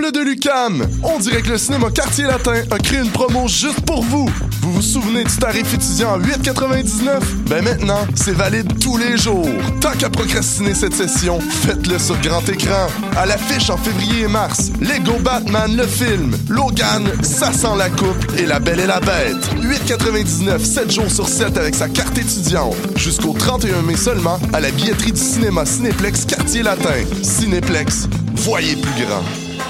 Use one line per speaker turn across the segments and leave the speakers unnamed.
de l'UQAM. On dirait que le cinéma Quartier Latin a créé une promo juste pour vous. Vous vous souvenez du tarif étudiant à 8,99? Ben maintenant, c'est valide tous les jours. Tant qu'à procrastiner cette session, faites-le sur grand écran. À l'affiche en février et mars, Lego Batman le film, Logan, ça sent la coupe et La Belle et la Bête. 8,99, 7 jours sur 7 avec sa carte étudiante. Jusqu'au 31 mai seulement à la billetterie du cinéma Cinéplex Quartier Latin. Cinéplex, voyez plus grand.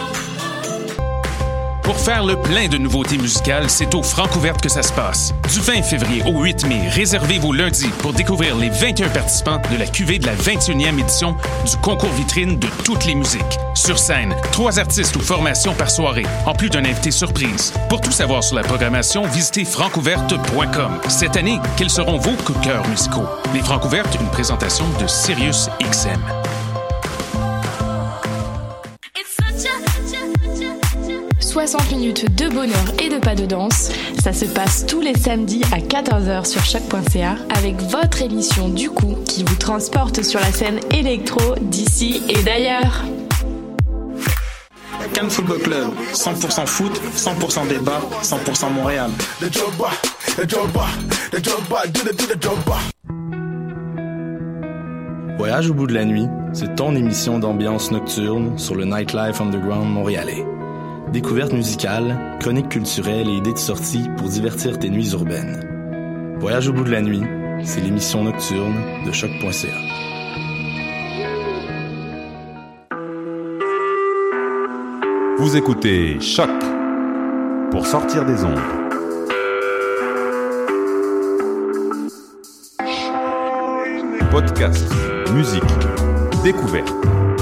Pour faire le plein de nouveautés musicales, c'est au Francouverte que ça se passe. Du 20 février au 8 mai, réservez vos lundis pour découvrir les 21 participants de la cuvée de la 21e édition du concours vitrine de toutes les musiques. Sur scène, 3 artistes ou formations par soirée, en plus d'un invité surprise. Pour tout savoir sur la programmation, visitez francouverte.com. Cette année, quels seront vos coups de cœur musicaux? Les Francouvertes, une présentation de Sirius XM.
60 minutes de bonheur et de pas de danse. Ça se passe tous les samedis à 14h sur choc.ca avec votre émission du coup qui vous transporte sur la scène électro d'ici et d'ailleurs.
Cannes Football Club, 100% foot, 100% débat, 100% Montréal.
Voyage au bout de la nuit, c'est ton émission d'ambiance nocturne sur le Nightlife Underground montréalais. Découvertes musicales, chroniques culturelles et idées de sortie pour divertir tes nuits urbaines. Voyage au bout de la nuit, c'est l'émission nocturne de choc.ca.
Vous écoutez Choc pour sortir des ondes. Podcast, musique, découverte.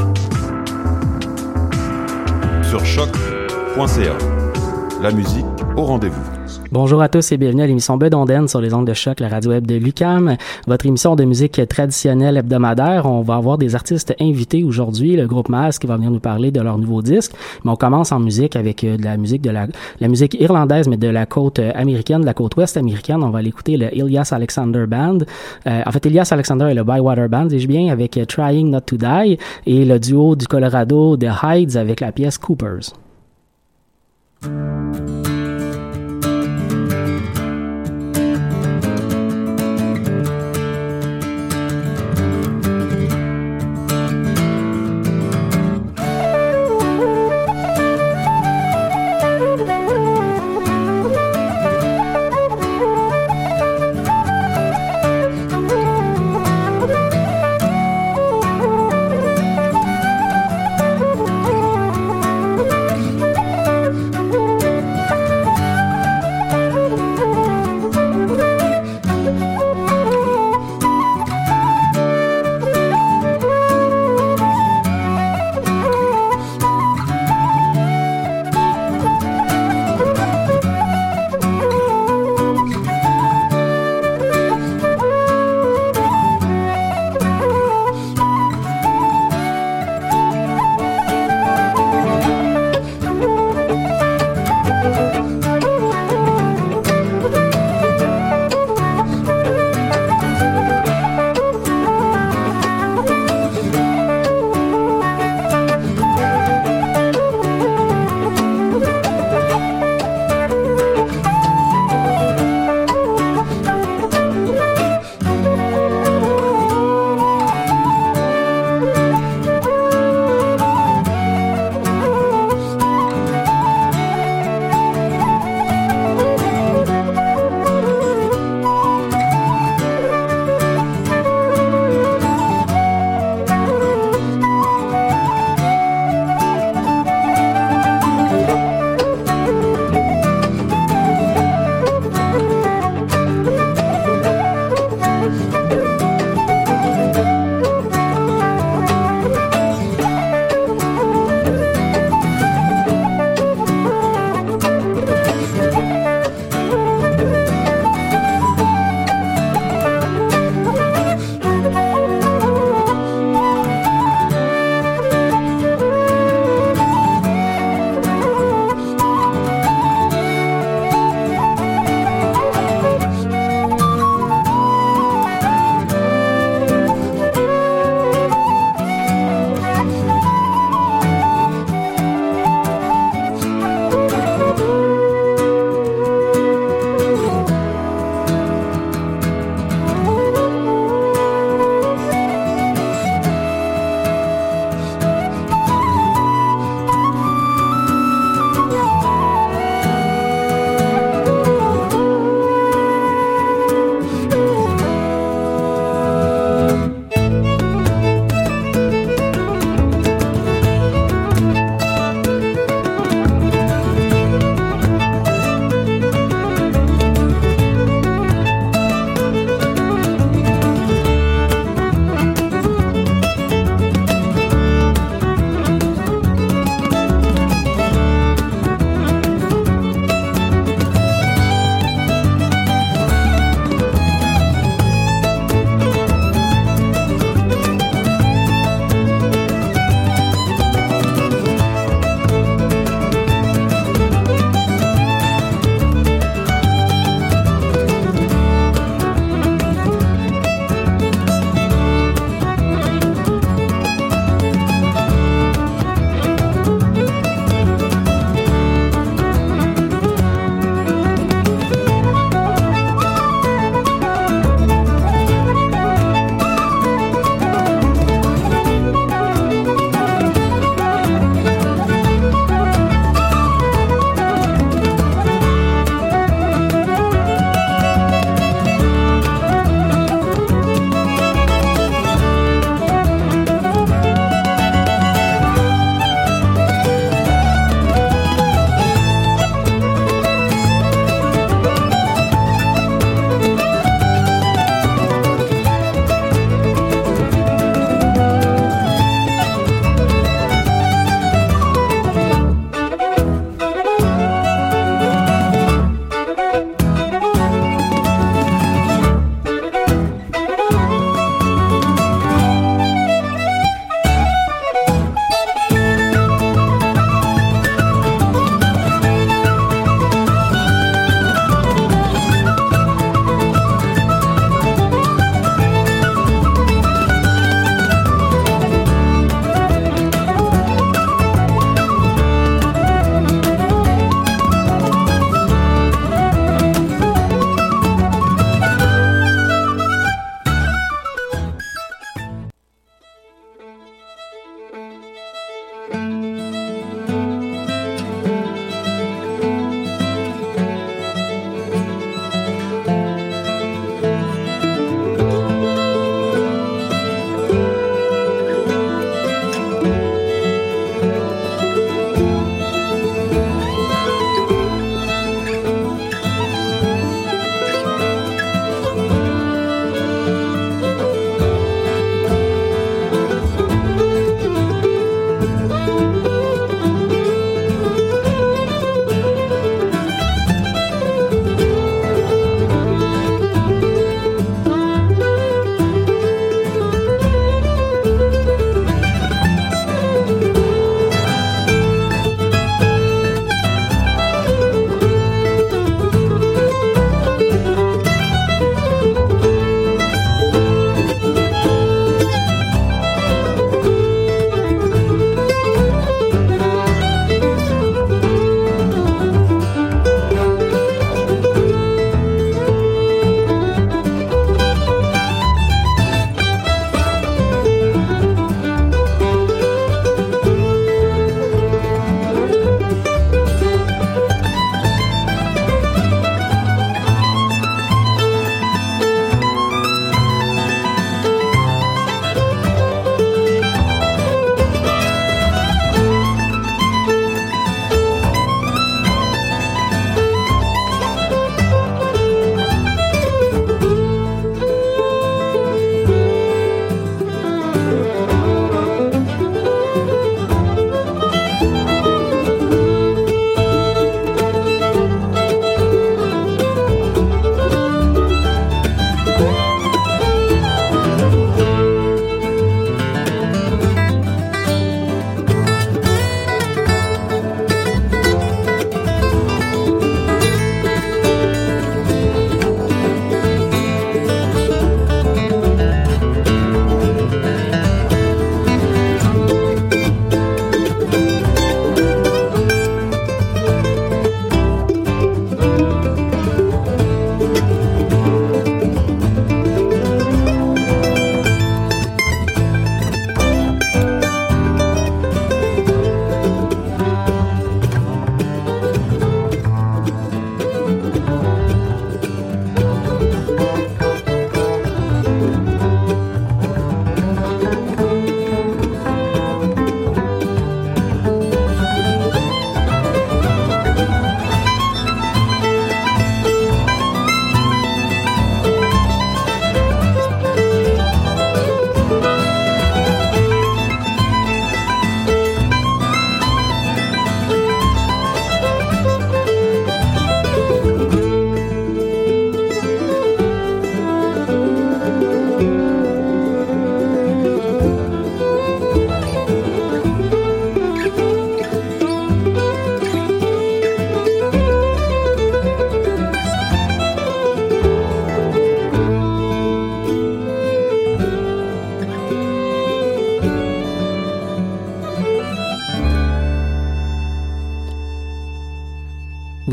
Sur choc.ca. La musique au rendez-vous.
Bonjour à tous et bienvenue à l'émission Bedonden sur les ondes de Choc, la radio web de l'UQAM, votre émission de musique traditionnelle hebdomadaire. On va avoir des artistes invités aujourd'hui, le groupe Masque qui va venir nous parler de leur nouveau disque. Mais on commence en musique avec de la musique irlandaise, mais de la côte américaine, de la côte ouest américaine. On va aller écouter le Elias Alexander Band. En fait, Elias Alexander et le Bywater Band, dis-je bien, avec Trying Not to Die, et le duo du Colorado, The Hides, avec la pièce Coopers.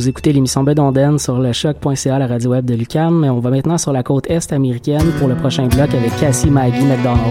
Vous écoutez l'émission Bedonden sur le choc.ca, la radio web de l'UQAM. On va maintenant sur la côte est américaine pour le prochain bloc avec Cassie Maggie McDonald.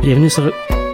Bienvenue sur...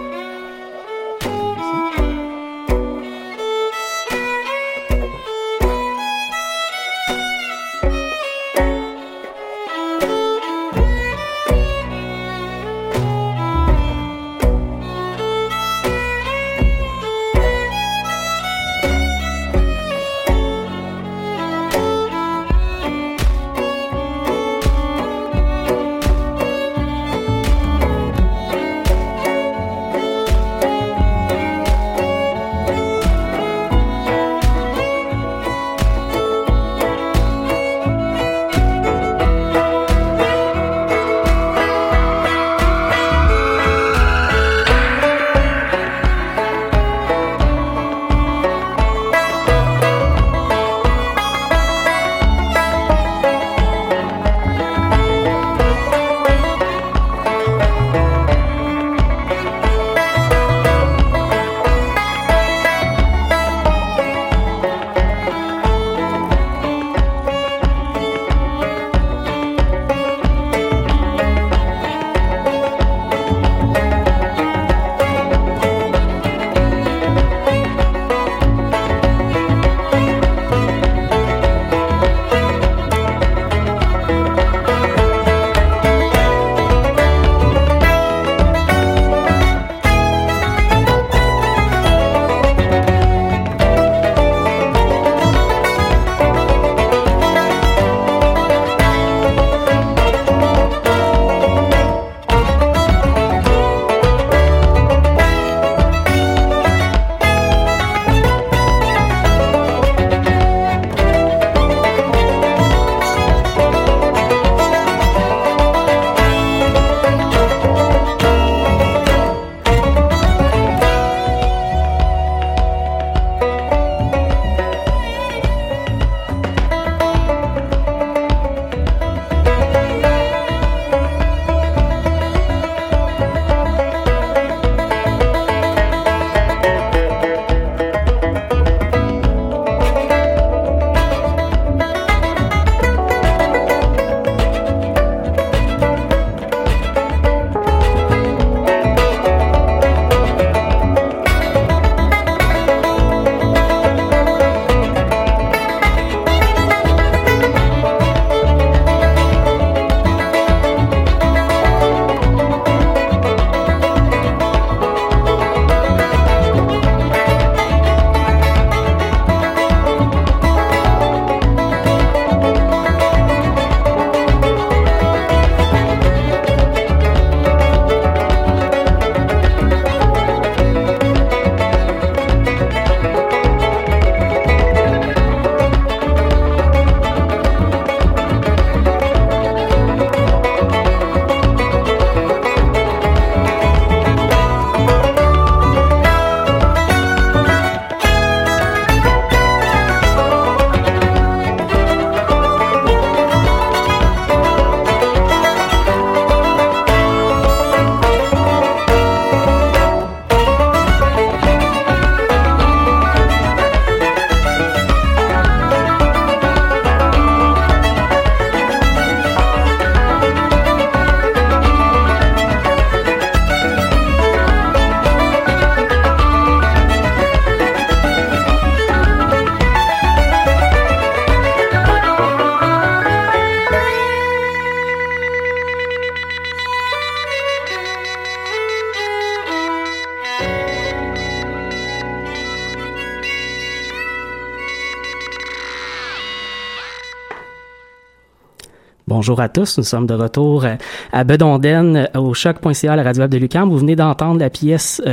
Bonjour à tous, nous sommes de retour à Bedonden au choc.ca, la radio web de l'UQAM. Vous venez d'entendre la pièce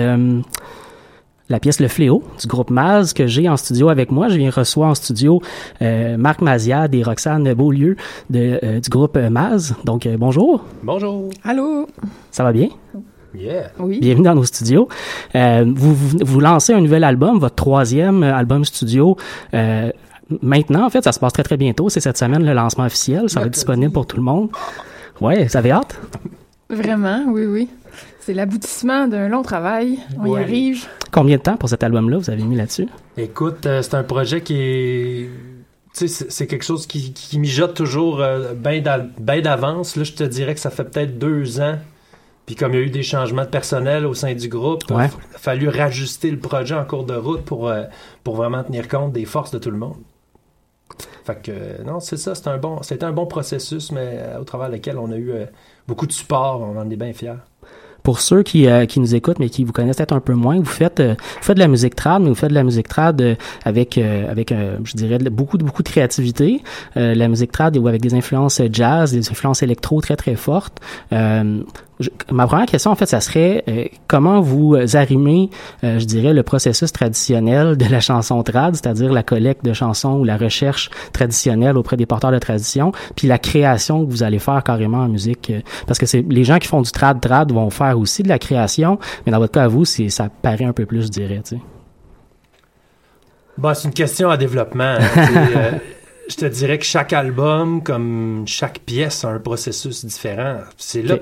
Le Fléau du groupe Maz que j'ai en studio avec moi. Je viens recevoir en studio Marc Maziad et Roxane Beaulieu du groupe Maz. Donc bonjour.
Bonjour.
Allô.
Ça va bien?
Yeah.
Oui.
Bienvenue dans nos studios. Vous lancez un nouvel album, votre 3e album studio. Maintenant, en fait, ça se passe très, très bientôt. C'est cette semaine le lancement officiel. Ça va être disponible pour tout le monde. Ouais, vous avez hâte?
Vraiment, oui, oui. C'est l'aboutissement d'un long travail. On y arrive.
Combien de temps pour cet album-là vous avez mis là-dessus?
Écoute, c'est un projet qui est... Tu sais, c'est quelque chose qui mijote toujours bien d'avance. Là, je te dirais que ça fait peut-être 2 ans. Puis comme il y a eu des changements de personnel au sein du groupe, il a fallu rajuster le projet en cours de route pour vraiment tenir compte des forces de tout le monde. Fait que, non, c'est ça, c'était un bon processus, mais au travers lequel on a eu beaucoup de support, on en est bien fiers.
Pour ceux qui nous écoutent, mais qui vous connaissent peut-être un peu moins, vous faites de la musique trad, mais vous faites de la musique trad avec je dirais, beaucoup de créativité. La musique trad avec des influences jazz, des influences électro très, très fortes. Ma première question, en fait, ça serait comment vous arrimez, je dirais, le processus traditionnel de la chanson trad, c'est-à-dire la collecte de chansons ou la recherche traditionnelle auprès des porteurs de tradition, puis la création que vous allez faire carrément en musique. Parce que c'est les gens qui font du trad vont faire aussi de la création, mais dans votre cas, à vous, ça paraît un peu plus, je dirais, tu sais.
Bah, c'est une question à développement. Je te dirais que chaque album, comme chaque pièce, a un processus différent. C'est là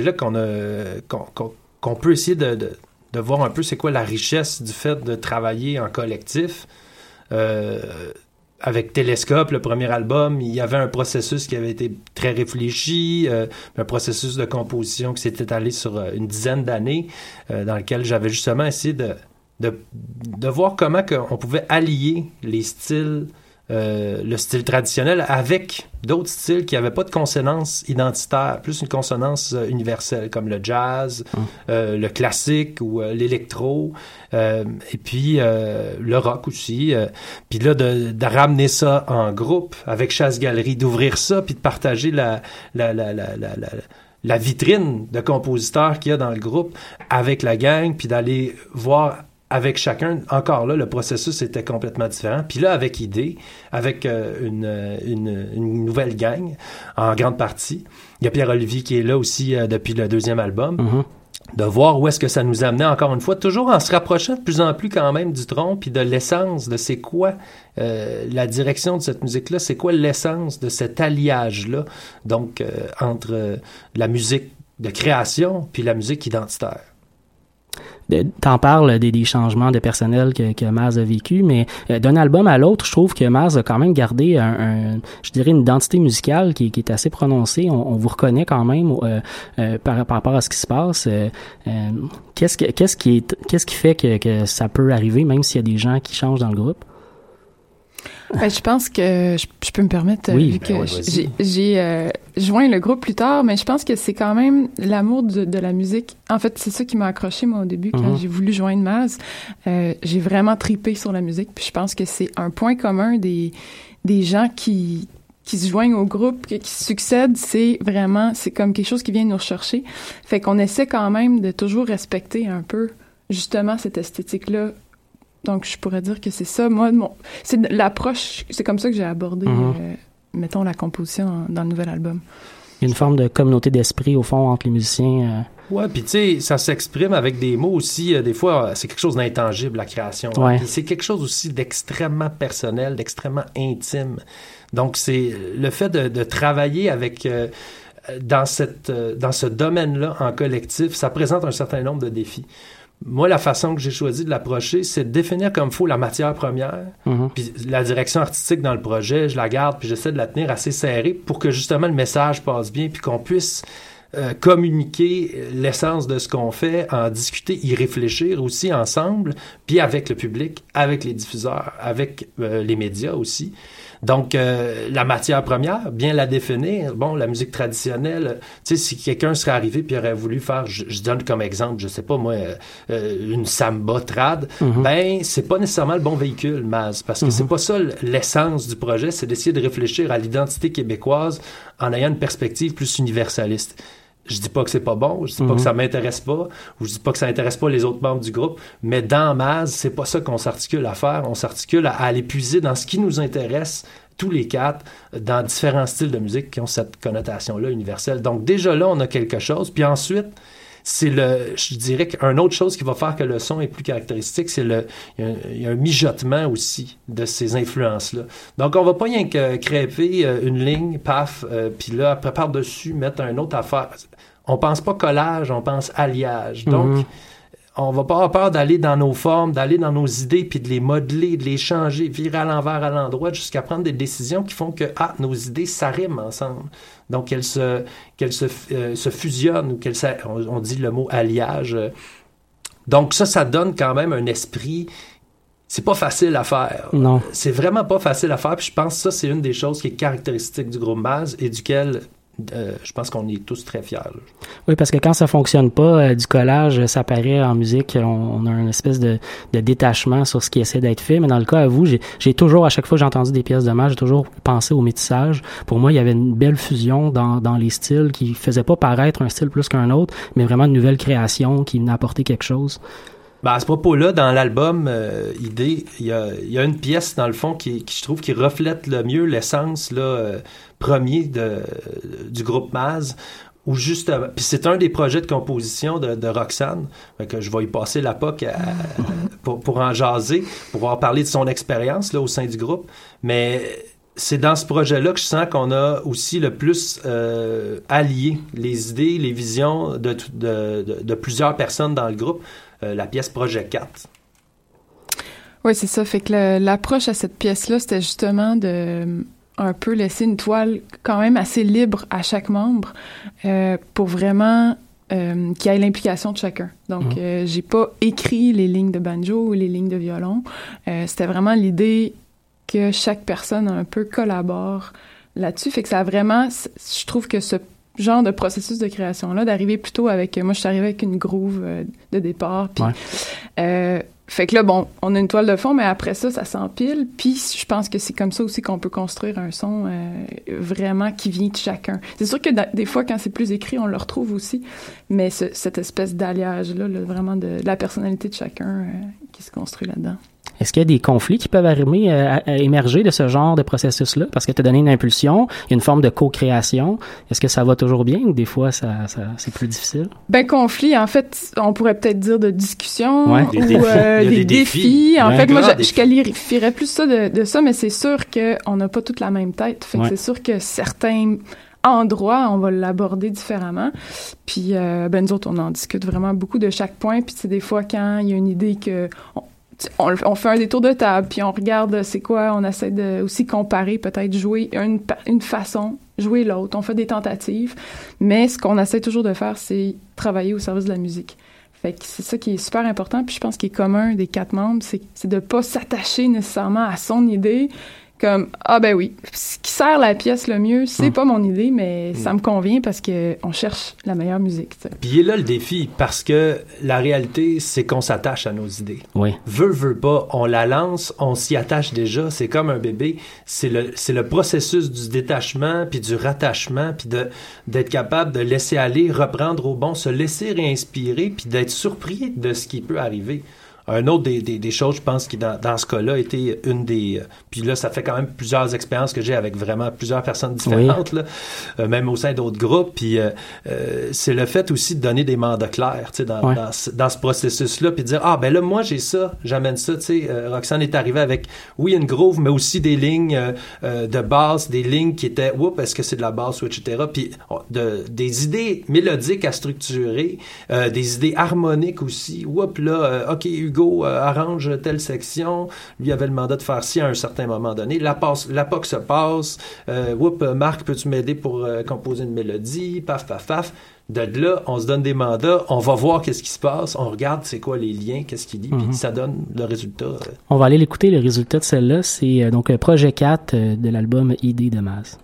qu'on peut essayer de voir un peu c'est quoi la richesse du fait de travailler en collectif. Avec Télescope, le premier album, il y avait un processus qui avait été très réfléchi, un processus de composition qui s'est étalé sur une dizaine d'années, dans lequel j'avais justement essayé de voir comment on pouvait allier les styles, le style traditionnel avec d'autres styles qui n'avaient pas de consonance identitaire, plus une consonance universelle, comme le jazz, le classique ou l'électro, et puis le rock aussi. Puis là, de ramener ça en groupe avec Chasse Galerie, d'ouvrir ça, puis de partager la vitrine de compositeurs qu'il y a dans le groupe avec la gang, puis d'aller voir avec chacun, encore là, le processus était complètement différent. Puis là, avec Idée, avec une nouvelle gang, en grande partie, il y a Pierre-Olivier qui est là aussi depuis le deuxième album, de voir où est-ce que ça nous amenait, encore une fois, toujours en se rapprochant de plus en plus quand même du tronc, puis de l'essence de c'est quoi la direction de cette musique-là, c'est quoi l'essence de cet alliage-là, donc entre la musique de création puis la musique identitaire.
T'en parles des changements de personnel que Maz a vécu, mais d'un album à l'autre, je trouve que Maz a quand même gardé je dirais une identité musicale qui est assez prononcée. On vous reconnaît quand même par rapport à ce qui se passe. Qu'est-ce qui fait que ça peut arriver, même s'il y a des gens qui changent dans le groupe?
Ben, je pense que je peux me permettre, vu que j'ai joint le groupe plus tard, mais je pense que c'est quand même l'amour de la musique. En fait, c'est ça qui m'a accroché, moi, au début, quand j'ai voulu joindre Maz. J'ai vraiment tripé sur la musique, puis je pense que c'est un point commun des gens qui se joignent au groupe, qui succèdent, c'est comme quelque chose qui vient nous rechercher. Fait qu'on essaie quand même de toujours respecter un peu, justement, cette esthétique-là. Donc, je pourrais dire que c'est ça. Moi, c'est l'approche, c'est comme ça que j'ai abordé, mettons, la composition dans le nouvel album.
Il y a une forme de communauté d'esprit, au fond, entre les musiciens.
Ouais, puis tu sais, ça s'exprime avec des mots aussi. Des fois, c'est quelque chose d'intangible, la création.
Ouais.
Puis c'est quelque chose aussi d'extrêmement personnel, d'extrêmement intime. Donc, c'est le fait de travailler avec... dans ce domaine-là, en collectif, ça présente un certain nombre de défis. Moi, la façon que j'ai choisi de l'approcher, c'est de définir comme il faut la matière première. Puis la direction artistique dans le projet, je la garde, puis j'essaie de la tenir assez serrée pour que justement le message passe bien, puis qu'on puisse communiquer l'essence de ce qu'on fait, en discuter, y réfléchir aussi ensemble, puis avec le public, avec les diffuseurs, avec les médias aussi. Donc, la matière première, bien la définir. Bon, la musique traditionnelle, tu sais, si quelqu'un serait arrivé puis aurait voulu faire, je donne comme exemple, je sais pas moi, une samba trad, ben, c'est pas nécessairement le bon véhicule, Maz, parce que c'est pas ça l'essence du projet, c'est d'essayer de réfléchir à l'identité québécoise en ayant une perspective plus universaliste. Je dis pas que c'est pas bon, je dis pas que ça m'intéresse pas, ou je dis pas que ça intéresse pas les autres membres du groupe, mais dans Maz, c'est pas ça qu'on s'articule à faire. On s'articule à aller puiser dans ce qui nous intéresse, tous les quatre, dans différents styles de musique qui ont cette connotation-là universelle. Donc déjà là, on a quelque chose. Puis ensuite, je dirais qu'une autre chose qui va faire que le son est plus caractéristique, il y a un mijotement aussi de ces influences-là. Donc, on va pas rien que crêper une ligne, paf, puis là, après par-dessus, mettre une autre affaire. On pense pas collage, on pense alliage. Donc, on va pas avoir peur d'aller dans nos formes, d'aller dans nos idées, puis de les modeler, de les changer, virer à l'envers, à l'endroit, jusqu'à prendre des décisions qui font que, nos idées s'arriment ensemble. Donc, qu'elles se fusionnent, ou on dit le mot alliage. Donc, ça donne quand même un esprit. C'est pas facile à faire.
Non.
C'est vraiment pas facile à faire, puis je pense que ça, c'est une des choses qui est caractéristique du groupe Maz et duquel je pense qu'on est tous très fiers. Là.
Oui, parce que quand ça fonctionne pas, du collage, ça paraît en musique, on a une espèce de détachement sur ce qui essaie d'être fait. Mais dans le cas à vous, j'ai toujours, à chaque fois que j'ai entendu des pièces de Maz, j'ai toujours pensé au métissage. Pour moi, il y avait une belle fusion dans les styles qui faisait pas paraître un style plus qu'un autre, mais vraiment une nouvelle création qui venait apporter quelque chose.
Ben à ce propos-là, dans l'album Idée, il y a une pièce, dans le fond, qui je trouve qui reflète le mieux l'essence premier du groupe Maz, où justement, puis c'est un des projets de composition de Roxane, que je vais y passer la POC pour en jaser, pour pouvoir parler de son expérience là au sein du groupe, mais c'est dans ce projet-là que je sens qu'on a aussi le plus allié les idées, les visions de plusieurs personnes dans le groupe. La pièce Projet 4.
Oui, c'est ça. Fait que l'approche à cette pièce-là, c'était justement de un peu laisser une toile quand même assez libre à chaque membre pour vraiment qu'il y ait l'implication de chacun. Donc, j'ai pas écrit les lignes de banjo ou les lignes de violon. C'était vraiment l'idée que chaque personne un peu collabore là-dessus. Fait que ça a vraiment... Je trouve que ce genre de processus de création-là, d'arriver plutôt avec... Moi, je suis arrivée avec une groove de départ, puis... fait que là, bon, on a une toile de fond, mais après ça s'empile, puis je pense que c'est comme ça aussi qu'on peut construire un son vraiment qui vient de chacun. C'est sûr que des fois, quand c'est plus écrit, on le retrouve aussi, mais cette espèce d'alliage-là, vraiment de la personnalité de chacun qui se construit là-dedans.
Est-ce qu'il y a des conflits qui peuvent émerger de ce genre de processus-là? Parce que tu as donné une impulsion, il y a une forme de co-création. Est-ce que ça va toujours bien ou des fois, c'est plus difficile?
Conflit, en fait, on pourrait peut-être dire de discussion
ou
des défis. En fait, moi, je qualifierais plus ça de ça, mais c'est sûr qu'on n'a pas toute la même tête. Fait que c'est sûr que certains endroits, on va l'aborder différemment. Puis, nous autres, on en discute vraiment beaucoup de chaque point. Puis, c'est des fois, quand il y a une idée que... On fait un détour de table, puis on regarde c'est quoi, on essaie de aussi comparer, peut-être jouer une façon, jouer l'autre, on fait des tentatives, mais ce qu'on essaie toujours de faire, c'est travailler au service de la musique. Fait que c'est ça qui est super important, puis je pense qu'il est commun des 4 membres, c'est de pas s'attacher nécessairement à son idée, comme oui, ce qui sert la pièce le mieux, c'est pas mon idée, mais ça me convient parce que on cherche la meilleure musique. T'sais.
Puis il est là le défi, parce que la réalité, c'est qu'on s'attache à nos idées.
Oui.
Veut pas, on la lance, on s'y attache déjà, c'est comme un bébé. C'est le processus du détachement, puis du rattachement, puis d'être capable de laisser aller, reprendre au bon, se laisser réinspirer, puis d'être surpris de ce qui peut arriver. Un autre des choses, je pense, qui dans ce cas-là était une des... puis là, ça fait quand même plusieurs expériences que j'ai avec vraiment plusieurs personnes différentes, là, même au sein d'autres groupes. Puis c'est le fait aussi de donner des mandats clairs, tu sais, dans ce processus-là, puis de dire, là, moi, j'ai ça, j'amène ça, tu sais. Roxane est arrivée avec, oui, une groove, mais aussi des lignes de basse, des lignes qui étaient, est-ce que c'est de la basse, ou etc. Puis des idées mélodiques à structurer, des idées harmoniques aussi. Là, OK, Hugo, arrange telle section, lui avait le mandat de faire ci à un certain moment donné, la POC se passe, Marc, peux-tu m'aider pour composer une mélodie, paf, paf, paf. De là, on se donne des mandats, on va voir qu'est-ce qui se passe, on regarde c'est quoi les liens, qu'est-ce qu'il dit, puis ça donne le résultat.
On va aller l'écouter, le résultat de celle-là, c'est donc Projet 4 de l'album Idée de Maz.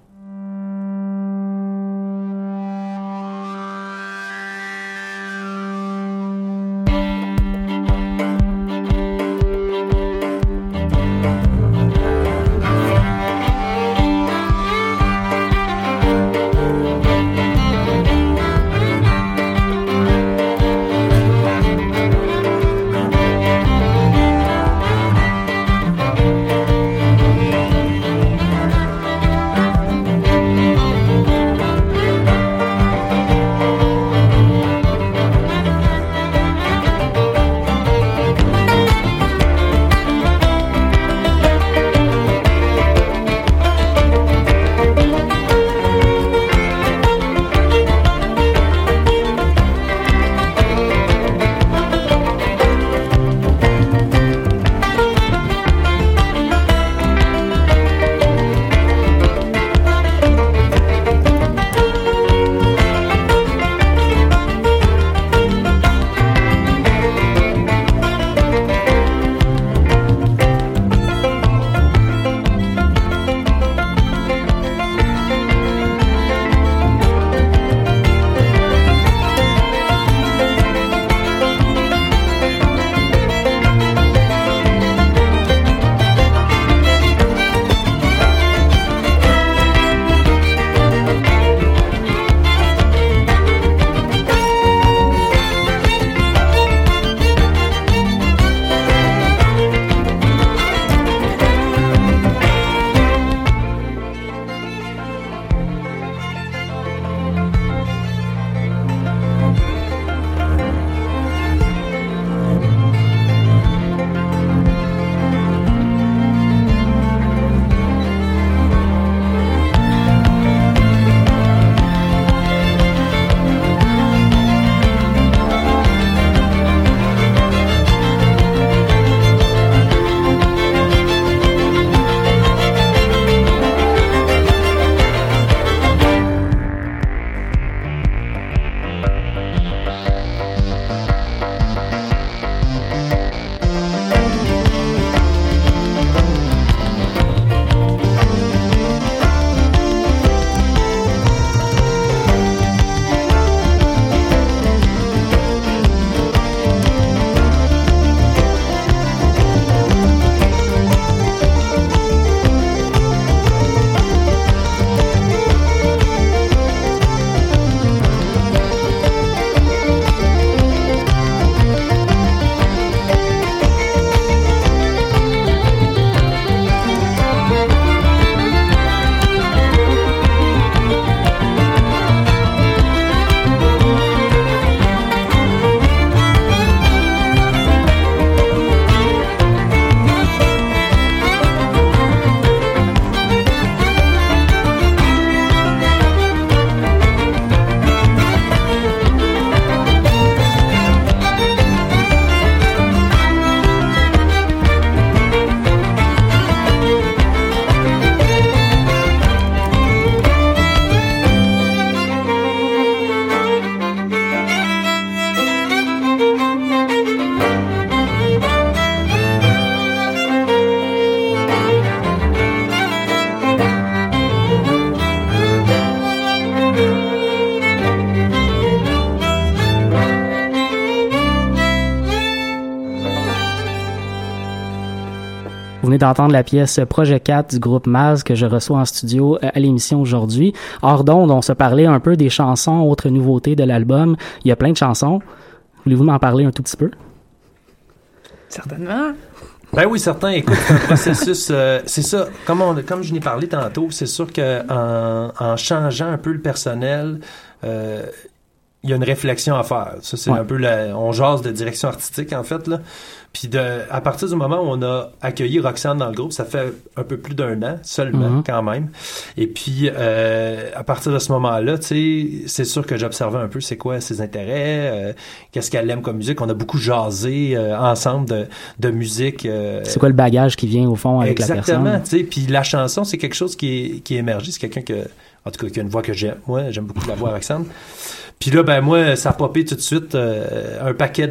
Vous venez d'entendre la pièce Projet 4 du groupe Maz que je reçois en studio à l'émission aujourd'hui. Hors d'onde, on se parlait un peu des chansons, autres nouveautés de l'album. Il y a plein de chansons. Voulez-vous m'en parler un tout petit peu?
Certainement.
Ben oui, certain. Écoute, c'est un processus, c'est ça. Comme je n'ai parlé tantôt, c'est sûr que en changeant un peu le personnel, il y a une réflexion à faire. Ça, c'est un peu on jase de direction artistique, en fait, là. Puis à partir du moment où on a accueilli Roxane dans le groupe, ça fait un peu plus d'un an seulement, quand même. Et puis, à partir de ce moment-là, tu sais, c'est sûr que j'observais un peu c'est quoi ses intérêts, qu'est-ce qu'elle aime comme musique. On a beaucoup jasé ensemble de musique.
C'est quoi le bagage qui vient, au fond, avec la personne?
Exactement, tu sais. Puis la chanson, c'est quelque chose qui est émergé. C'est quelqu'un en tout cas, qui a une voix que j'aime. Moi, j'aime beaucoup la voix Roxane. Puis là, ben moi, ça a popé tout de suite un paquet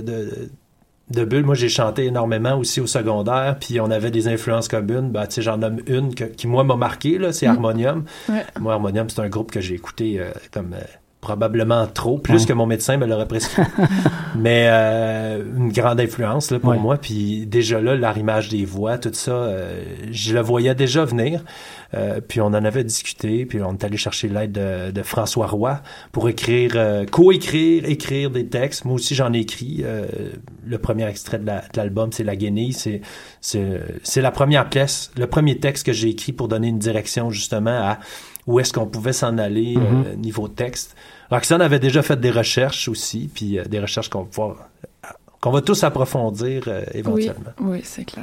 de bulles. Moi, j'ai chanté énormément aussi au secondaire, puis on avait des influences communes. Ben, tu sais, j'en nomme une qui, moi, m'a marqué, là, c'est Harmonium. Ouais. Moi, Harmonium, c'est un groupe que j'ai écouté comme probablement trop, plus que mon médecin me l'aurait prescrit. Mais une grande influence là, pour moi. Puis déjà là, l'arrimage des voix, tout ça, je le voyais déjà venir. Puis on en avait discuté, puis on est allé chercher l'aide de François Roy pour écrire des textes. Moi aussi, j'en ai écrit. Le premier extrait de l'album, c'est La Guenille. C'est la première pièce, le premier texte que j'ai écrit pour donner une direction justement à où est-ce qu'on pouvait s'en aller niveau texte. Roxane avait déjà fait des recherches aussi, puis des recherches qu'on va tous approfondir éventuellement.
Oui, c'est clair.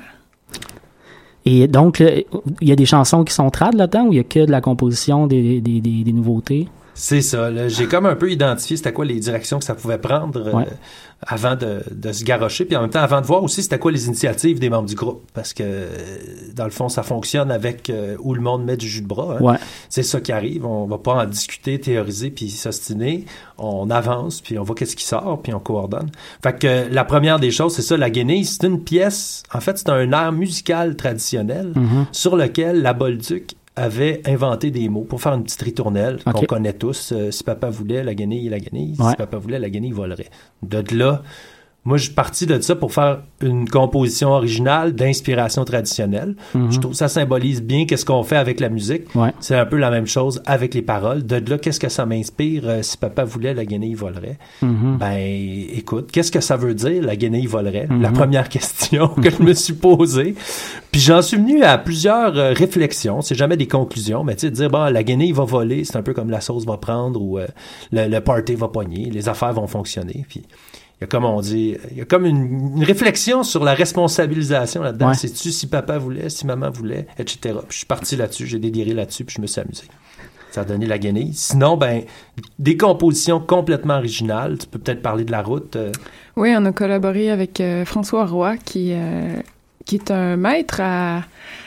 Et donc, il y a des chansons qui sont trad là-dedans ou il y a que de la composition des nouveautés?
C'est ça. Là, j'ai comme un peu identifié c'était quoi les directions que ça pouvait prendre avant de se garrocher. Puis en même temps, avant de voir aussi c'était quoi les initiatives des membres du groupe. Parce que, dans le fond, ça fonctionne avec où le monde met du jus de bras. Hein. Ouais. C'est ça qui arrive. On va pas en discuter, théoriser, puis s'ostiner. On avance, puis on voit qu'est-ce qui sort, puis on coordonne. Fait que la première des choses, c'est ça, La Guenille. C'est une pièce, en fait, c'est un air musical traditionnel sur lequel la Bolduc avait inventé des mots pour faire une petite ritournelle qu'on connaît tous. Si papa voulait, la guenille, la guenille. Si papa voulait, la guenille volerait. De là, moi, je suis parti de ça pour faire une composition originale d'inspiration traditionnelle. Je trouve que ça symbolise bien qu'est-ce qu'on fait avec la musique. C'est un peu la même chose avec les paroles. De là, qu'est-ce que ça m'inspire? Si papa voulait, la guenille volerait. Ben, écoute, qu'est-ce que ça veut dire, la guenille volerait? La première question que je me suis posée. Puis j'en suis venu à plusieurs réflexions. C'est jamais des conclusions, mais tu sais, dire, bon, la guenille va voler, c'est un peu comme la sauce va prendre ou le party va pogner, les affaires vont fonctionner. Puis il y a comme on dit, il y a comme une réflexion sur la responsabilisation là-dedans. C'est-tu si papa voulait, si maman voulait, etc. Puis je suis parti là-dessus, j'ai déliré là-dessus, puis je me suis amusé. Ça a donné La Guenille. Sinon, ben, des compositions complètement originales. Tu peux peut-être parler de La Route.
Oui, on a collaboré avec François Roy, qui est un maître à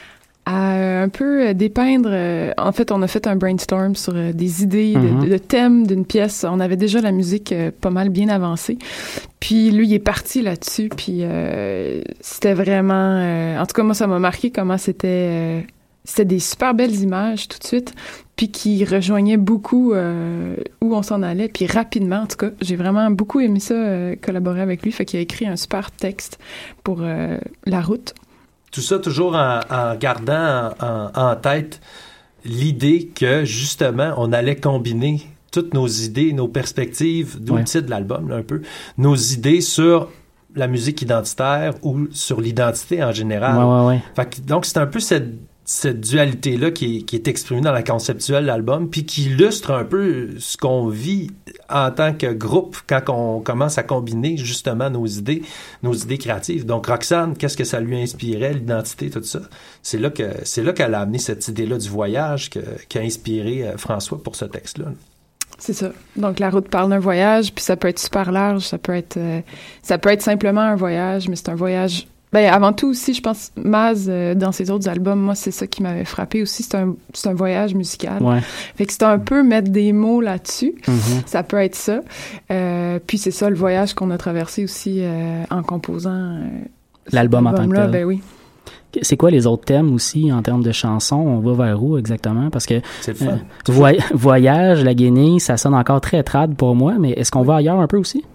un peu dépeindre. En fait, on a fait un brainstorm sur des idées de thèmes d'une pièce. On avait déjà la musique pas mal bien avancée. Puis lui, il est parti là-dessus. Puis c'était vraiment... en tout cas, moi, ça m'a marqué comment c'était des super belles images tout de suite, puis qui rejoignaient beaucoup où on s'en allait, puis rapidement, en tout cas. J'ai vraiment beaucoup aimé ça, collaborer avec lui. Fait qu'il a écrit un super texte pour La Route.
Tout ça toujours en gardant en tête l'idée que, justement, on allait combiner toutes nos idées, nos perspectives, d'où le titre de l'album, là, un peu, nos idées sur la musique identitaire ou sur l'identité en général. Fait que, donc, c'est un peu cette dualité-là qui est exprimée dans la conceptuelle de l'album, puis qui illustre un peu ce qu'on vit en tant que groupe quand on commence à combiner justement nos idées créatives. Donc Roxane, qu'est-ce que ça lui inspirait, l'identité, tout ça? C'est là qu'elle a amené cette idée-là du voyage qui a inspiré François pour ce texte-là.
C'est ça. Donc La Route parle d'un voyage, puis ça peut être super large, ça peut être simplement un voyage, mais c'est un voyage. Ben, avant tout aussi, je pense, Maz, dans ses autres albums, moi, c'est ça qui m'avait frappé aussi, c'est un voyage musical. Fait que c'est un peu mettre des mots là-dessus. Ça peut être ça. Puis c'est ça, le voyage qu'on a traversé aussi en composant
l'album en tant que tel.
Ben oui.
C'est quoi les autres thèmes aussi en termes de chansons? On va vers où exactement? Parce que
c'est le fun.
Voyage, La Guenille, ça sonne encore très trad pour moi, mais est-ce qu'on va ailleurs un peu aussi?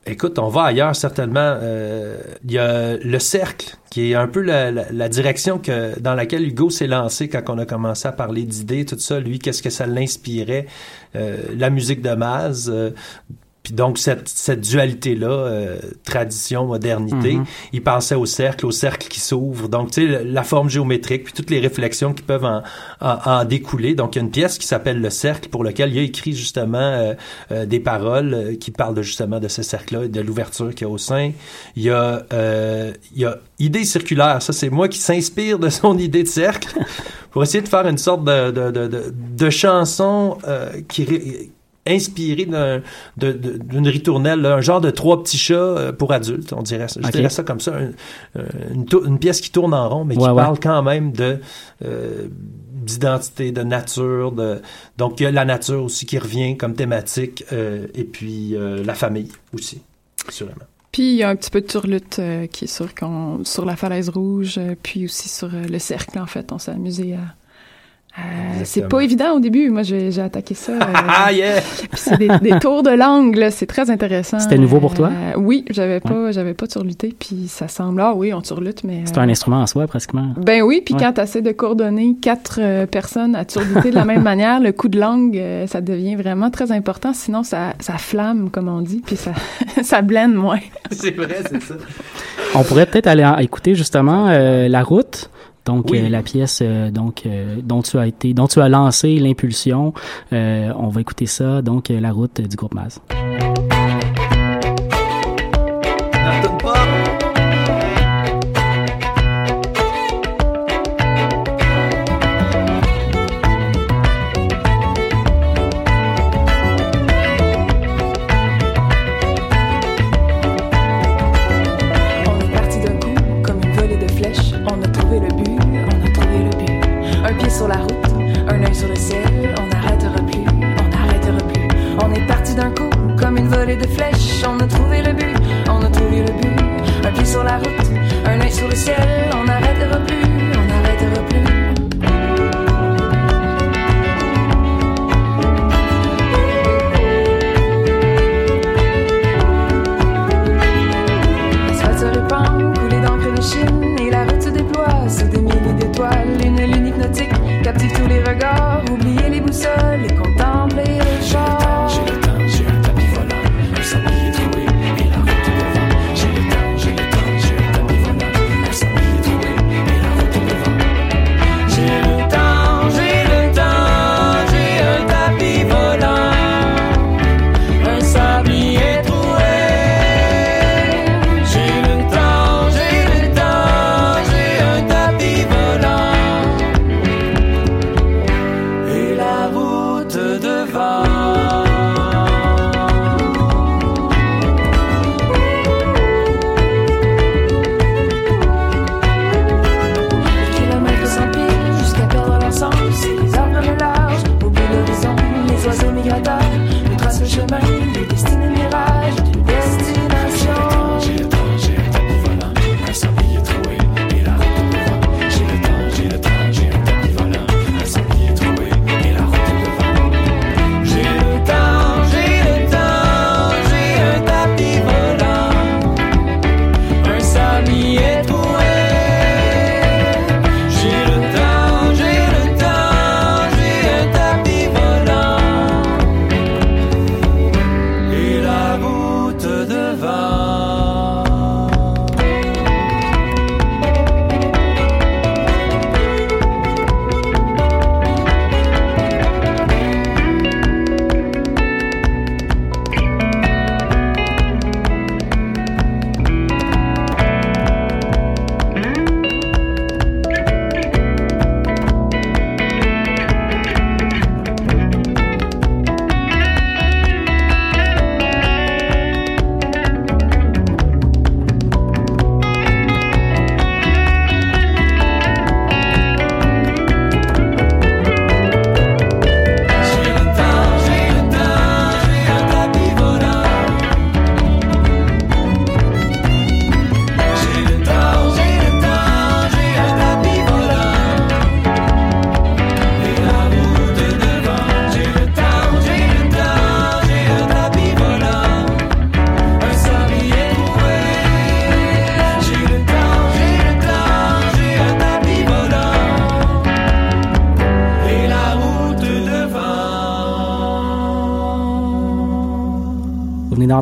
Écoute, on va ailleurs certainement. Il y a le cercle, qui est un peu la direction dans laquelle Hugo s'est lancé quand on a commencé à parler d'idées, tout ça. Lui, qu'est-ce que ça l'inspirait? La musique de Maz. Puis donc, cette dualité-là, tradition, modernité, il pensait au cercle qui s'ouvre. Donc, tu sais, la forme géométrique, puis toutes les réflexions qui peuvent en découler. Donc, il y a une pièce qui s'appelle Le Cercle, pour lequel il a écrit justement des paroles qui parlent justement de ce cercle-là et de l'ouverture qu'il y a au sein. Il y a Idée circulaire. Ça, c'est moi qui s'inspire de son idée de cercle pour essayer de faire une sorte de chanson inspiré d'une ritournelle, là, un genre de 3 petits chats pour adultes, on dirait ça. Je dirais ça comme ça, une pièce qui tourne en rond, mais qui parle quand même d'identité, de nature. Donc, il y a la nature aussi qui revient comme thématique, et puis la famille aussi, assurément.
Puis, il y a un petit peu de turlute qui est sur la falaise rouge, puis aussi sur le cercle, en fait. On s'est amusé à... c'est pas évident au début. Moi, j'ai attaqué ça.
Yeah!
Puis c'est des tours de langue, là. C'est très intéressant.
C'était nouveau pour toi?
Oui, j'avais pas turluté. Puis ça semble, oui, on turlute, mais...
C'est un instrument en soi, pratiquement.
Ben oui, puis quand t'essaies de coordonner 4 personnes à turluter de la même manière, le coup de langue, ça devient vraiment très important. Sinon, ça flamme, comme on dit, puis ça blende moins.
C'est vrai, c'est ça.
On pourrait peut-être aller écouter, justement, La Route. Donc, la pièce dont tu as lancé l'impulsion. On va écouter ça, donc La Route du groupe Maz.
N'attends pas!
Sur la route, un œil sur le ciel, on n'arrêtera plus. On est parti d'un coup, comme une volée de flèches, on a trouvé le but. Un pied sur la route, un œil sur le ciel, on n'arrêtera plus. L'asphalte se répand, coulé d'encre de Chine, et la route se déploie sous des milliers d'étoiles, une lune hypnotique. Captive tous les regards, oublier les boussoles et contempler le char. J'ai le temps, j'ai un tapis volant, un sanglier troué et la route devant. J'ai le temps, j'ai un tapis volant, un sanglier troué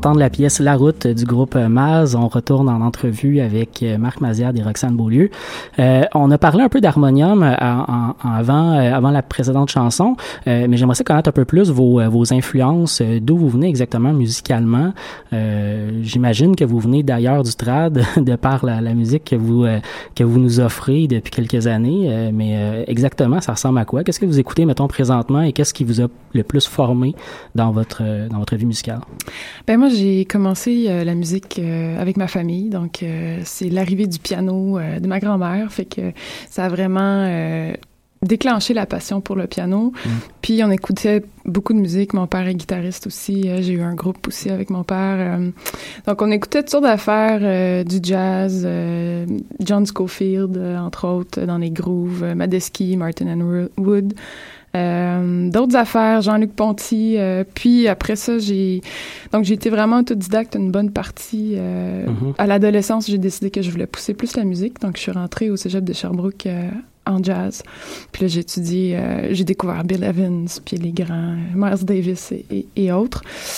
d'entendre la pièce La Route du groupe Maz. On retourne en entrevue avec Marc Mazière et Roxane Beaulieu. On a parlé un peu d'harmonium avant la précédente chanson, mais j'aimerais ça connaître un peu plus vos influences, d'où vous venez exactement musicalement. J'imagine que vous venez d'ailleurs du trad, de par la musique que vous nous offrez depuis quelques années, mais exactement, ça ressemble à quoi? Qu'est-ce que vous écoutez, mettons, présentement, et qu'est-ce qui vous a le plus formé dans votre vie musicale?
Ben moi, j'ai commencé la musique avec ma famille, donc c'est l'arrivée du piano de ma grand-mère, fait que ça a vraiment déclenché la passion pour le piano. Puis on écoutait beaucoup de musique. Mon père est guitariste aussi. J'ai eu un groupe aussi avec mon père. Donc on écoutait toutes sortes d'affaires, du jazz, John Scofield, entre autres, dans les grooves, Madesky, Martin and Wood. D'autres affaires, Jean-Luc Ponty, puis après ça, j'ai été vraiment autodidacte une bonne partie. À l'adolescence, j'ai décidé que je voulais pousser plus la musique, donc je suis rentrée au cégep de Sherbrooke en jazz. Puis là, j'ai étudié, j'ai découvert Bill Evans, puis les grands, Miles Davis et autres.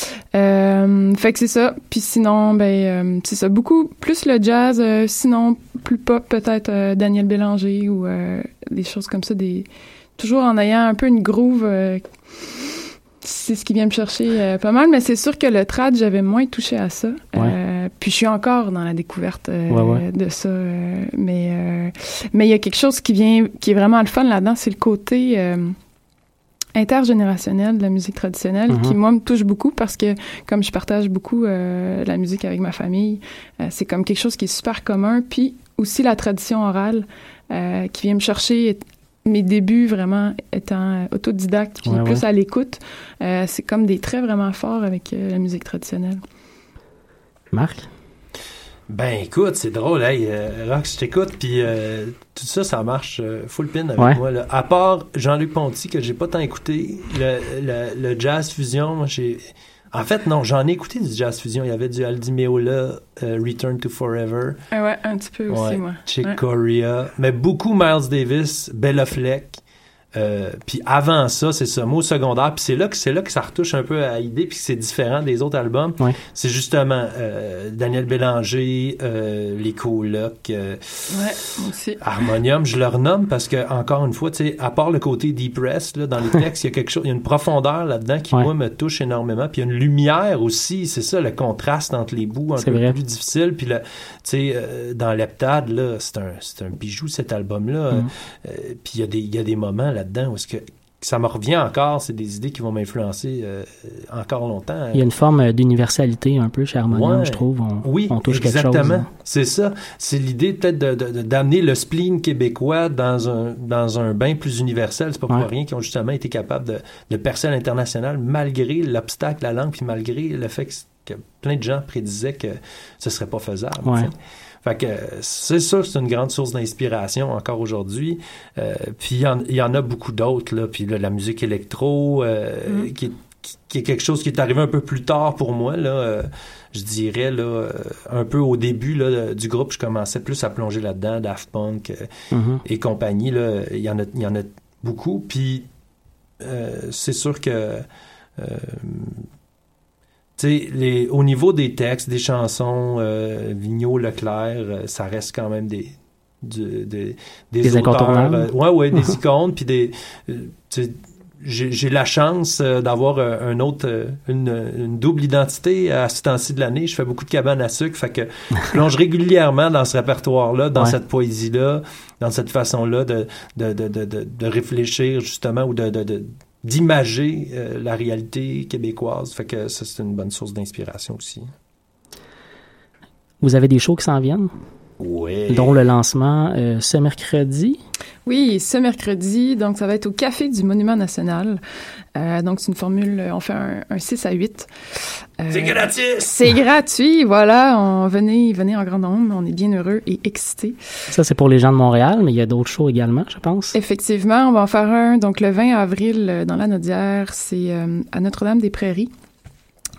Fait que c'est ça. Puis sinon, c'est ça, beaucoup plus le jazz, sinon plus pop, peut-être Daniel Bélanger ou des choses comme ça, toujours en ayant un peu une groove, c'est ce qui vient me chercher pas mal, mais c'est sûr que le trad, j'avais moins touché à ça. Puis je suis encore dans la découverte de ça. Mais il y a quelque chose qui est vraiment le fun là-dedans, c'est le côté intergénérationnel de la musique traditionnelle qui, moi, me touche beaucoup parce que, comme je partage beaucoup la musique avec ma famille, c'est comme quelque chose qui est super commun. Puis aussi la tradition orale qui vient me chercher. Mes débuts, vraiment, étant autodidacte, puis plus à l'écoute, c'est comme des traits vraiment forts avec la musique traditionnelle.
Marc?
Ben, écoute, c'est drôle, hey, Rox, je t'écoute, puis tout ça, ça marche full pin avec moi, là. À part Jean-Luc Ponty, que j'ai pas tant écouté, le jazz fusion, moi, en fait, non, j'en ai écouté du jazz fusion. Il y avait du Aldi Meola, Return to Forever.
Ouais, un petit peu aussi, moi.
Chick Corea. Mais beaucoup Miles Davis, Bella Fleck. Puis avant ça, c'est ça, moi au secondaire, puis c'est là que ça retouche un peu à l'idée, puis c'est différent des autres albums. C'est justement Daniel Bélanger, les colocs,
aussi.
Harmonium, je le renomme parce que, encore une fois, tu sais, à part le côté depressed, là, dans les textes, il y a quelque chose, il y a une profondeur là-dedans qui, moi, me touche énormément, puis il y a une lumière aussi, c'est ça, le contraste entre les bouts, un peu plus difficile, puis tu sais, dans l'heptade, là, c'est un bijou, cet album-là, puis il y a des moments là dedans où est-ce que ça me revient encore, c'est des idées qui vont m'influencer encore longtemps.
Il y a une forme d'universalité un peu chez Harmonium, je trouve. On touche quelque chose.
Exactement. C'est ça. C'est l'idée peut-être d'amener le spleen québécois dans un bain plus universel. C'est pas pour rien qu'ils ont justement été capables de percer à l'international malgré l'obstacle, la langue, puis malgré le fait que plein de gens prédisaient que ce serait pas faisable. Fait que c'est sûr que c'est une grande source d'inspiration encore aujourd'hui. Puis il y en a beaucoup d'autres, là. Puis là, la musique électro, qui est quelque chose qui est arrivé un peu plus tard pour moi, là. Je dirais, là, un peu au début là, du groupe, je commençais plus à plonger là-dedans, Daft Punk et compagnie. Là, il y en a beaucoup. Puis c'est sûr que... au niveau des textes, des chansons, Vigneault, Leclerc, ça reste quand même des auteurs,
incontournables.
Des icônes, puis j'ai la chance d'avoir une double identité à ce temps-ci de l'année. Je fais beaucoup de cabanes à sucre, fait que je plonge régulièrement dans ce répertoire-là, dans cette poésie-là, dans cette façon-là de réfléchir justement ou d'imager la réalité québécoise. Fait que ça, c'est une bonne source d'inspiration aussi.
Vous avez des shows qui s'en viennent?
Oui.
Dont le lancement ce mercredi?
Oui, ce mercredi. Donc, ça va être au Café du Monument National. Donc, c'est une formule, on fait un 6 à 8.
C'est gratuit!
C'est gratuit, voilà. Venez en grand nombre. On est bien heureux et excités.
Ça, c'est pour les gens de Montréal, mais il y a d'autres shows également, je pense.
Effectivement, on va en faire un. Donc, le 20 avril, dans la Naudière, c'est à Notre-Dame-des-Prairies.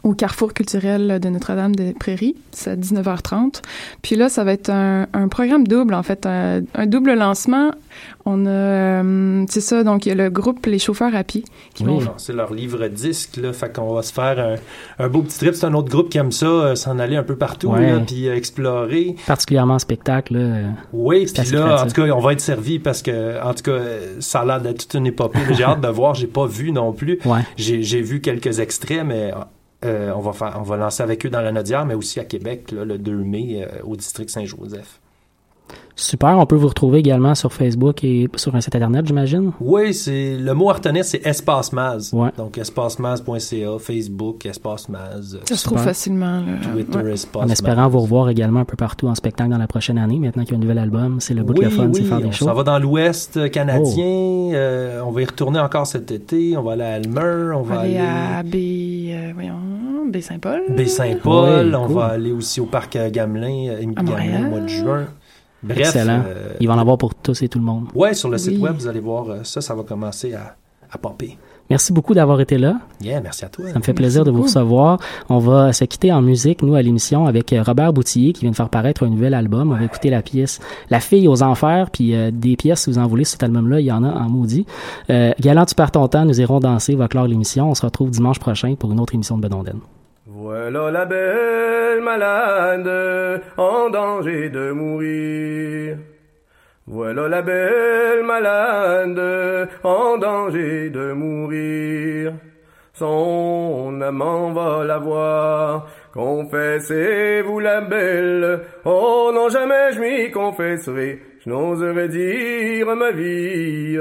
au Carrefour culturel de Notre-Dame-des-Prairies. C'est à 19h30. Puis là, ça va être un programme double, en fait, un double lancement. On a, c'est ça, donc il y a le groupe Les Chauffeurs à pied qui vont...
C'est leur livre disque, là, fait qu'on va se faire un beau petit trip. C'est un autre groupe qui aime ça, s'en aller un peu partout, là, puis explorer.
Particulièrement en spectacle, là.
Oui, puis là, en tout cas, on va être servi parce que, en tout cas, ça a l'air d'être toute une épopée. J'ai hâte de voir, j'ai pas vu non plus.
Ouais.
J'ai vu quelques extraits, mais on va lancer avec eux dans la Nodière, mais aussi à Québec, là, le 2 mai, au district Saint-Joseph.
Super, on peut vous retrouver également sur Facebook et sur un site internet, j'imagine?
Oui, c'est le mot à retenir, c'est Espace Maz.
Ouais.
Donc, espacemaz.ca, Facebook, Espace Maz.
Ça se trouve facilement.
Twitter, Espace Maz.
En espérant vous revoir également un peu partout en spectacle dans la prochaine année. Maintenant qu'il y a un nouvel album, c'est le bout de le fun, c'est faire des shows.
On s'en va dans l'Ouest canadien. On va y retourner encore cet été. On va aller à Elmer. On va aller
à Baie-Saint-Paul.
Baie-Saint-Paul. On va aller aussi au parc Gamelin, au mois de juin. Bref,
excellent. Il va en avoir pour tous et tout le monde.
Oui, sur le site web, vous allez voir, ça va commencer à popper.
Merci beaucoup d'avoir été là.
Yeah, merci à toi.
Ça me fait plaisir de vous recevoir. On va se quitter en musique, nous, à l'émission, avec Robert Boutillier, qui vient de faire paraître un nouvel album. On va écouter la pièce La fille aux enfers, puis des pièces, si vous en voulez, sur cet album-là, il y en a en maudit. Galant, tu perds ton temps, nous irons danser, va clore l'émission. On se retrouve dimanche prochain pour une autre émission de Bedonden.
Voilà la belle malade en danger de mourir. Voilà la belle malade en danger de mourir. Son amant va la voir. Confessez-vous la belle. Oh non, jamais je m'y confesserai. Je n'oserais dire ma vie.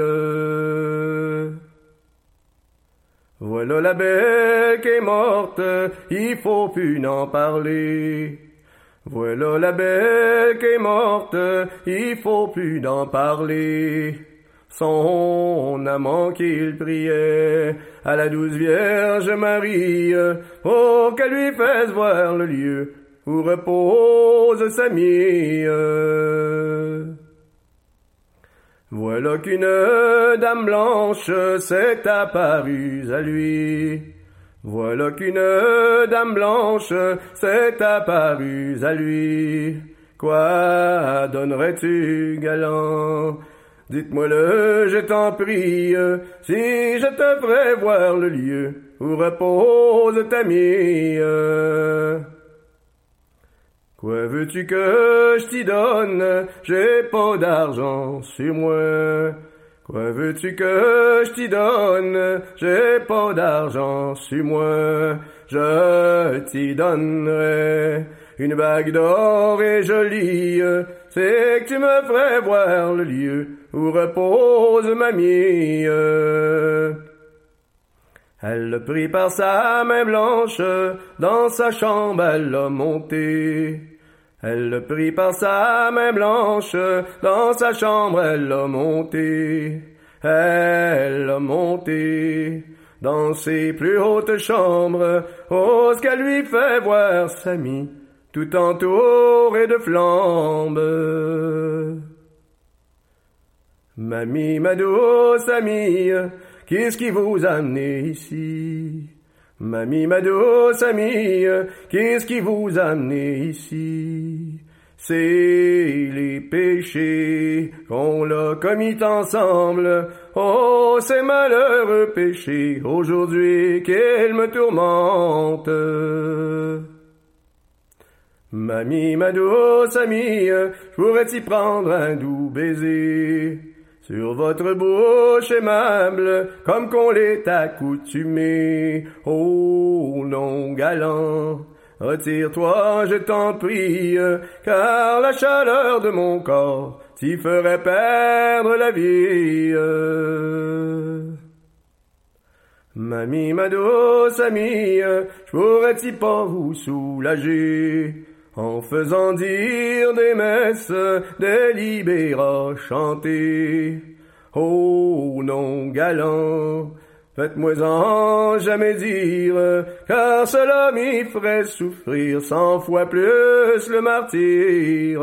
Voilà la belle qui est morte, il faut plus n'en parler. Voilà la belle qui est morte, il faut plus n'en parler. Son amant qu'il priait à la douce Vierge Marie, pour qu'elle lui fasse voir le lieu où repose sa mie. Voilà qu'une dame blanche s'est apparue à lui. Voilà qu'une dame blanche s'est apparue à lui. Quoi donnerais-tu, galant? Dites-moi-le, je t'en prie, si je te ferais voir le lieu où repose ta mie. Quoi veux-tu que je t'y donne? J'ai pas d'argent sur moi. Quoi veux-tu que je t'y donne? J'ai pas d'argent sur moi. Je t'y donnerai une bague d'or et jolie. C'est que tu me ferais voir le lieu où repose ma mie. Elle le prit par sa main blanche, dans sa chambre elle l'a monté. Elle le prit par sa main blanche, dans sa chambre elle l'a monté. Elle l'a monté dans ses plus hautes chambres, oh, ce qu'elle lui fait voir sa mie, tout entourée de flammes. Mamie, ma douce amie, qu'est-ce qui vous a amené ici? Mamie, ma douce amie, qu'est-ce qui vous a amené ici? C'est les péchés qu'on l'a commis ensemble. Oh, ces malheureux péchés, aujourd'hui qu'ils me tourmentent. Mamie, ma douce amie, je pourrais t'y prendre un doux baiser sur votre bouche aimable, comme qu'on l'est accoutumé. Oh non, galant, retire-toi, je t'en prie, car la chaleur de mon corps t'y ferait perdre la vie. Mamie, ma douce amie, je pourrais-y pas vous soulager en faisant dire des messes, des libéras chantés. Oh non, galant, faites-moi-en jamais dire, car cela m'y ferait souffrir 100 fois plus le martyre.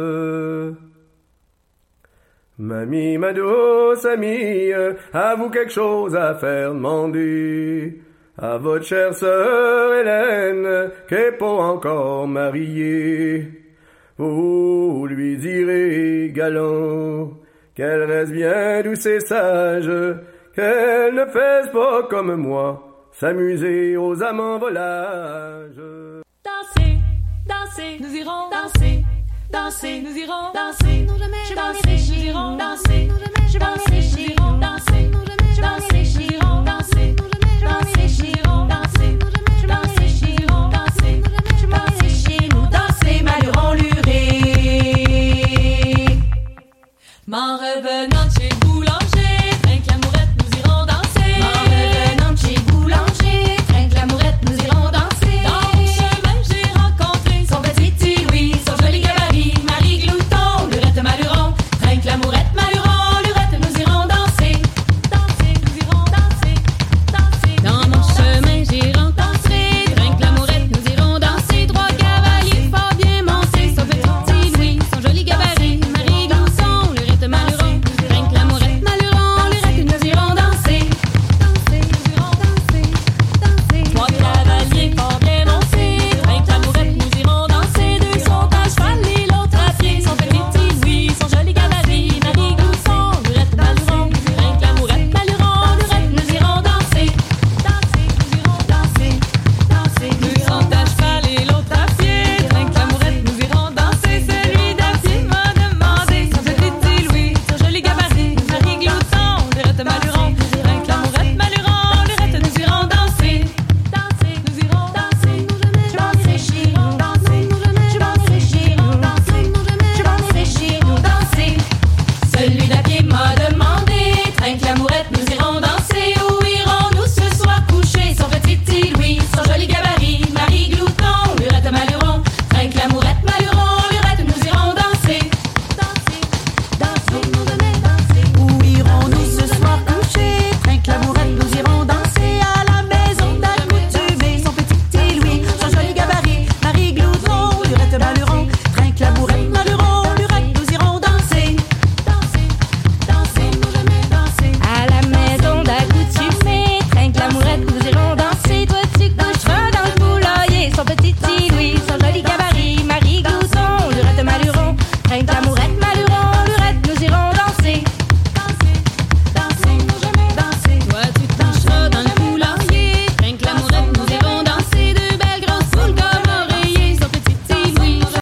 Mamie, ma douce amie, à vous quelque chose à faire demander. à votre chère sœur Hélène, qu'est pas encore mariée. Vous lui direz, galant, qu'elle reste bien douce et sage, qu'elle ne fasse pas comme moi, s'amuser aux amants volages.
Danser, danser, nous irons danser, danser, nous irons danser, danser, nous irons danser, danser, nous irons danser, danser.